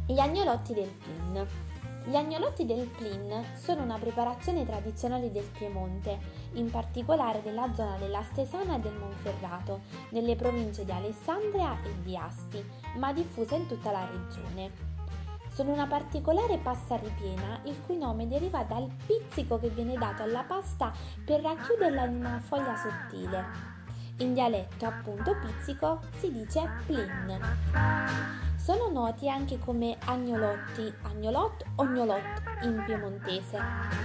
Gli agnolotti del Plin. Gli agnolotti del Plin sono una preparazione tradizionale del Piemonte, in particolare della zona della Stesana e del Monferrato, nelle province di Alessandria e di Asti, ma diffusa in tutta la regione. Sono una particolare pasta ripiena il cui nome deriva dal pizzico che viene dato alla pasta per racchiuderla in una foglia sottile. In dialetto, appunto, pizzico si dice plin. Sono noti anche come agnolotti, agnolot o gnolot in piemontese.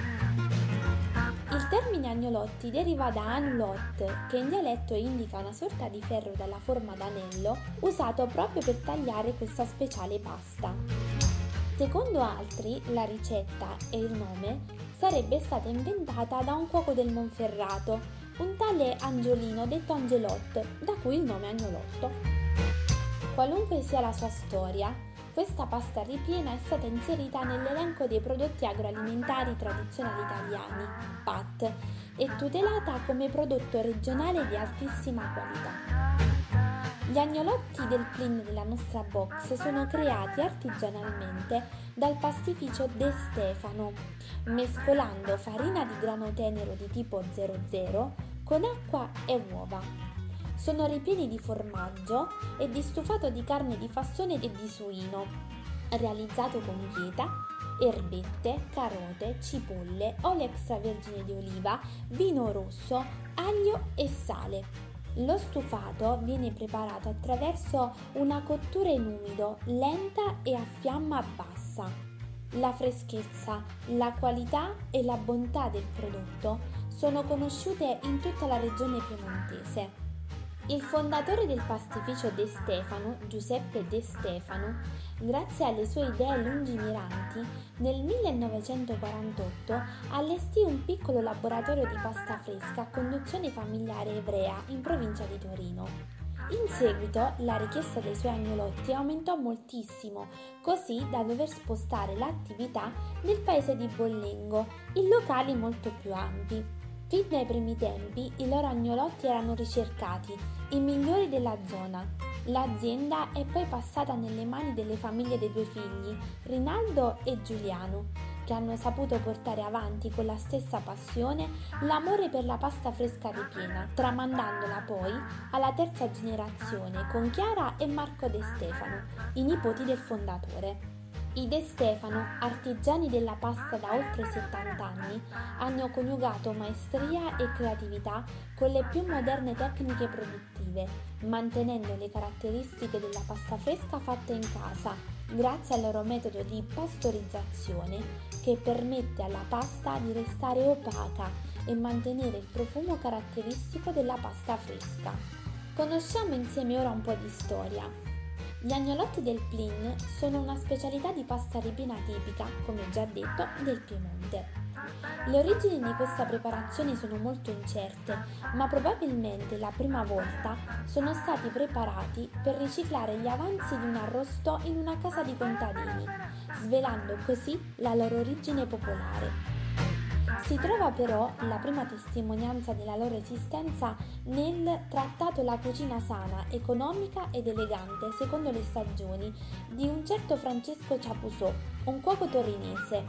Il termine agnolotti deriva da agnolot, che in dialetto indica una sorta di ferro dalla forma d'anello usato proprio per tagliare questa speciale pasta. Secondo altri, la ricetta e il nome sarebbe stata inventata da un cuoco del Monferrato, un tale Angiolino detto Angelot, da cui il nome agnolotto. Qualunque sia la sua storia, questa pasta ripiena è stata inserita nell'elenco dei prodotti agroalimentari tradizionali italiani, PAT, e tutelata come prodotto regionale di altissima qualità. Gli agnolotti del Plin della nostra box sono creati artigianalmente dal pastificio De Stefano, mescolando farina di grano tenero di tipo 00 con acqua e uova. Sono ripieni di formaggio e di stufato di carne di fassone e di suino, realizzato con lieta, erbette, carote, cipolle, olio extravergine di oliva, vino rosso, aglio e sale. Lo stufato viene preparato attraverso una cottura in umido, lenta e a fiamma bassa. La freschezza, la qualità e la bontà del prodotto sono conosciute in tutta la regione piemontese. Il fondatore del pastificio De Stefano, Giuseppe De Stefano, grazie alle sue idee lungimiranti, nel 1948 allestì un piccolo laboratorio di pasta fresca a conduzione familiare ebrea in provincia di Torino. In seguito la richiesta dei suoi agnolotti aumentò moltissimo, così da dover spostare l'attività nel paese di Bollengo, in locali molto più ampi. Fin dai primi tempi i loro agnolotti erano ricercati, i migliori della zona. L'azienda è poi passata nelle mani delle famiglie dei due figli, Rinaldo e Giuliano, che hanno saputo portare avanti con la stessa passione l'amore per la pasta fresca ripiena, tramandandola poi alla terza generazione con Chiara e Marco De Stefano, i nipoti del fondatore. I De Stefano, artigiani della pasta da oltre 70 anni, hanno coniugato maestria e creatività con le più moderne tecniche produttive, mantenendo le caratteristiche della pasta fresca fatta in casa, grazie al loro metodo di pastorizzazione che permette alla pasta di restare opaca e mantenere il profumo caratteristico della pasta fresca. Conosciamo insieme ora un po' di storia. Gli agnolotti del Plin sono una specialità di pasta ripiena tipica, come già detto, del Piemonte. Le origini di questa preparazione sono molto incerte, ma probabilmente la prima volta sono stati preparati per riciclare gli avanzi di un arrosto in una casa di contadini, svelando così la loro origine popolare. Si trova però la prima testimonianza della loro esistenza nel trattato La cucina sana, economica ed elegante secondo le stagioni di un certo Francesco Ciapusò, un cuoco torinese.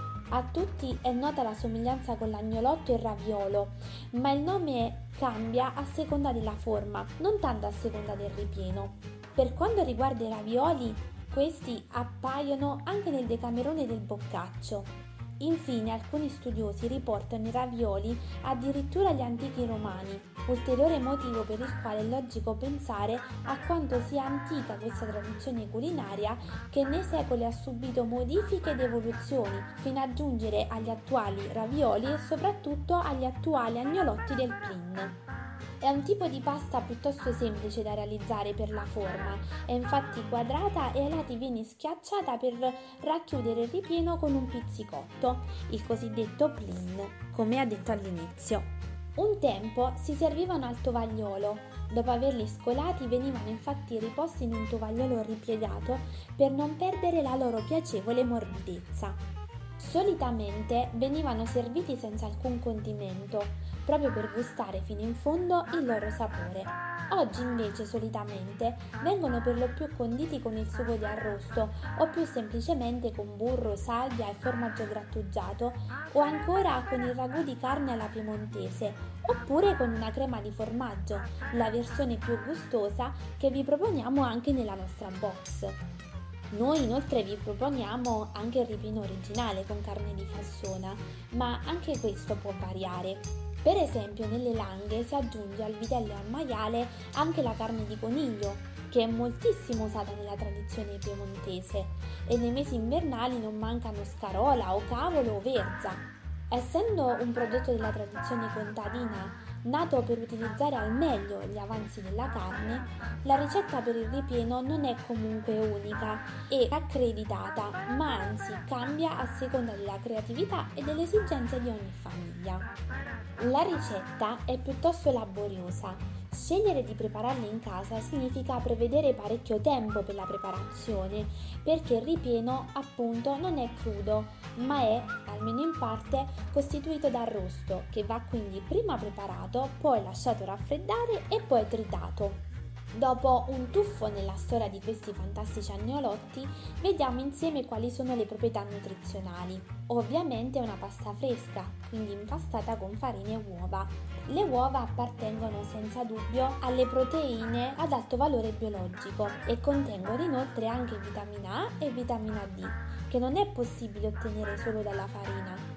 A tutti è nota la somiglianza con l'agnolotto e il raviolo, ma il nome cambia a seconda della forma, non tanto a seconda del ripieno. Per quanto riguarda i ravioli, questi appaiono anche nel Decamerone del Boccaccio. Infine, alcuni studiosi riportano i ravioli addirittura agli antichi romani, ulteriore motivo per il quale è logico pensare a quanto sia antica questa tradizione culinaria che nei secoli ha subito modifiche ed evoluzioni, fino a giungere agli attuali ravioli e soprattutto agli attuali agnolotti del Plin. È un tipo di pasta piuttosto semplice da realizzare per la forma, è infatti quadrata e ai lati viene schiacciata per racchiudere il ripieno con un pizzicotto, il cosiddetto plin, come ha detto all'inizio. Un tempo si servivano al tovagliolo, dopo averli scolati venivano infatti riposti in un tovagliolo ripiegato per non perdere la loro piacevole morbidezza. Solitamente venivano serviti senza alcun condimento, proprio per gustare fino in fondo il loro sapore. Oggi invece solitamente vengono per lo più conditi con il sugo di arrosto o più semplicemente con burro, salvia e formaggio grattugiato o ancora con il ragù di carne alla piemontese oppure con una crema di formaggio, la versione più gustosa che vi proponiamo anche nella nostra box. Noi inoltre vi proponiamo anche il ripieno originale con carne di fassona, ma anche questo può variare. Per esempio nelle langhe si aggiunge al vitello e al maiale anche la carne di coniglio, che è moltissimo usata nella tradizione piemontese, e nei mesi invernali non mancano scarola o cavolo o verza. Essendo un prodotto della tradizione contadina nato per utilizzare al meglio gli avanzi della carne, la ricetta per il ripieno non è comunque unica e accreditata, ma anzi cambia a seconda della creatività e delle esigenze di ogni famiglia. La ricetta è piuttosto laboriosa. Scegliere di prepararla in casa significa prevedere parecchio tempo per la preparazione, perché il ripieno appunto non è crudo, ma è, almeno in parte, costituito da arrosto, che va quindi prima preparato, poi lasciato raffreddare e poi tritato. Dopo un tuffo nella storia di questi fantastici agnolotti, vediamo insieme quali sono le proprietà nutrizionali. Ovviamente è una pasta fresca, quindi impastata con farina e uova. Le uova appartengono senza dubbio alle proteine ad alto valore biologico e contengono inoltre anche vitamina A e vitamina D, che non è possibile ottenere solo dalla farina.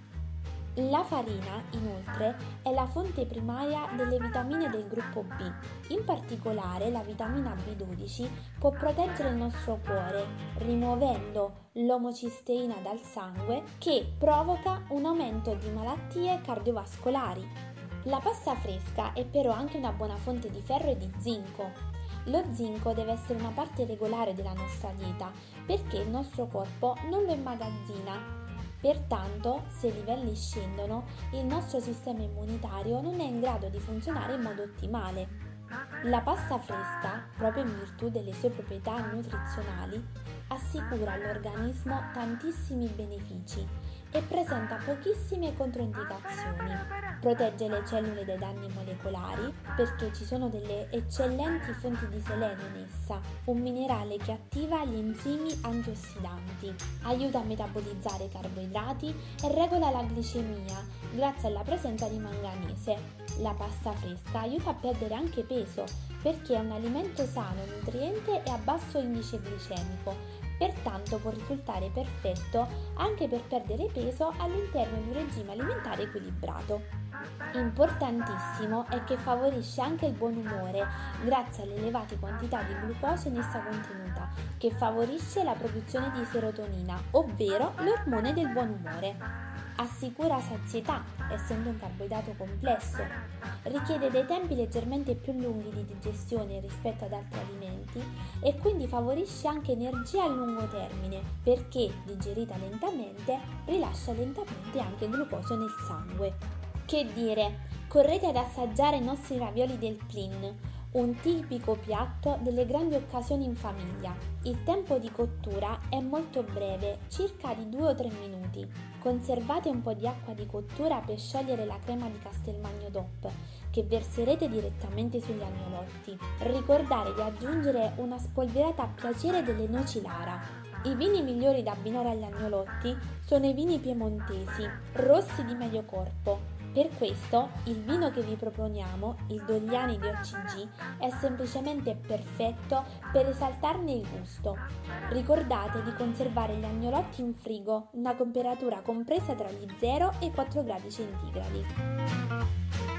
La farina, inoltre, è la fonte primaria delle vitamine del gruppo B. In particolare, la vitamina B12 può proteggere il nostro cuore, rimuovendo l'omocisteina dal sangue che provoca un aumento di malattie cardiovascolari. La pasta fresca è però anche una buona fonte di ferro e di zinco. Lo zinco deve essere una parte regolare della nostra dieta perché il nostro corpo non lo immagazzina. Pertanto, se i livelli scendono, il nostro sistema immunitario non è in grado di funzionare in modo ottimale. La pasta fresca, proprio in virtù delle sue proprietà nutrizionali, assicura all'organismo tantissimi benefici e presenta pochissime controindicazioni. Protegge le cellule dai danni molecolari perché ci sono delle eccellenti fonti di selenio in essa, un minerale che attiva gli enzimi antiossidanti, aiuta a metabolizzare i carboidrati e regola la glicemia grazie alla presenza di manganese. La pasta fresca aiuta a perdere anche peso perché è un alimento sano, nutriente e a basso indice glicemico. Pertanto può risultare perfetto anche per perdere peso all'interno di un regime alimentare equilibrato. Importantissimo è che favorisce anche il buon umore grazie alle elevate quantità di glucosio in essa contenuta, che favorisce la produzione di serotonina, ovvero l'ormone del buon umore. Assicura sazietà, essendo un carboidrato complesso. Richiede dei tempi leggermente più lunghi di digestione rispetto ad altri alimenti e quindi favorisce anche energia a lungo termine, perché digerita lentamente rilascia lentamente anche glucosio nel sangue. Che dire, correte ad assaggiare i nostri ravioli del Plin, un tipico piatto delle grandi occasioni in famiglia. Il tempo di cottura è molto breve, circa di 2 o 3 minuti. Conservate un po' di acqua di cottura per sciogliere la crema di Castelmagno DOP, che verserete direttamente sugli agnolotti. Ricordate di aggiungere una spolverata a piacere delle noci Lara. I vini migliori da abbinare agli agnolotti sono i vini piemontesi, rossi di medio corpo. Per questo il vino che vi proponiamo, il Dogliani di OCG, è semplicemente perfetto per esaltarne il gusto. Ricordate di conservare gli agnolotti in frigo, una temperatura compresa tra gli 0 e i 4 gradi centigradi.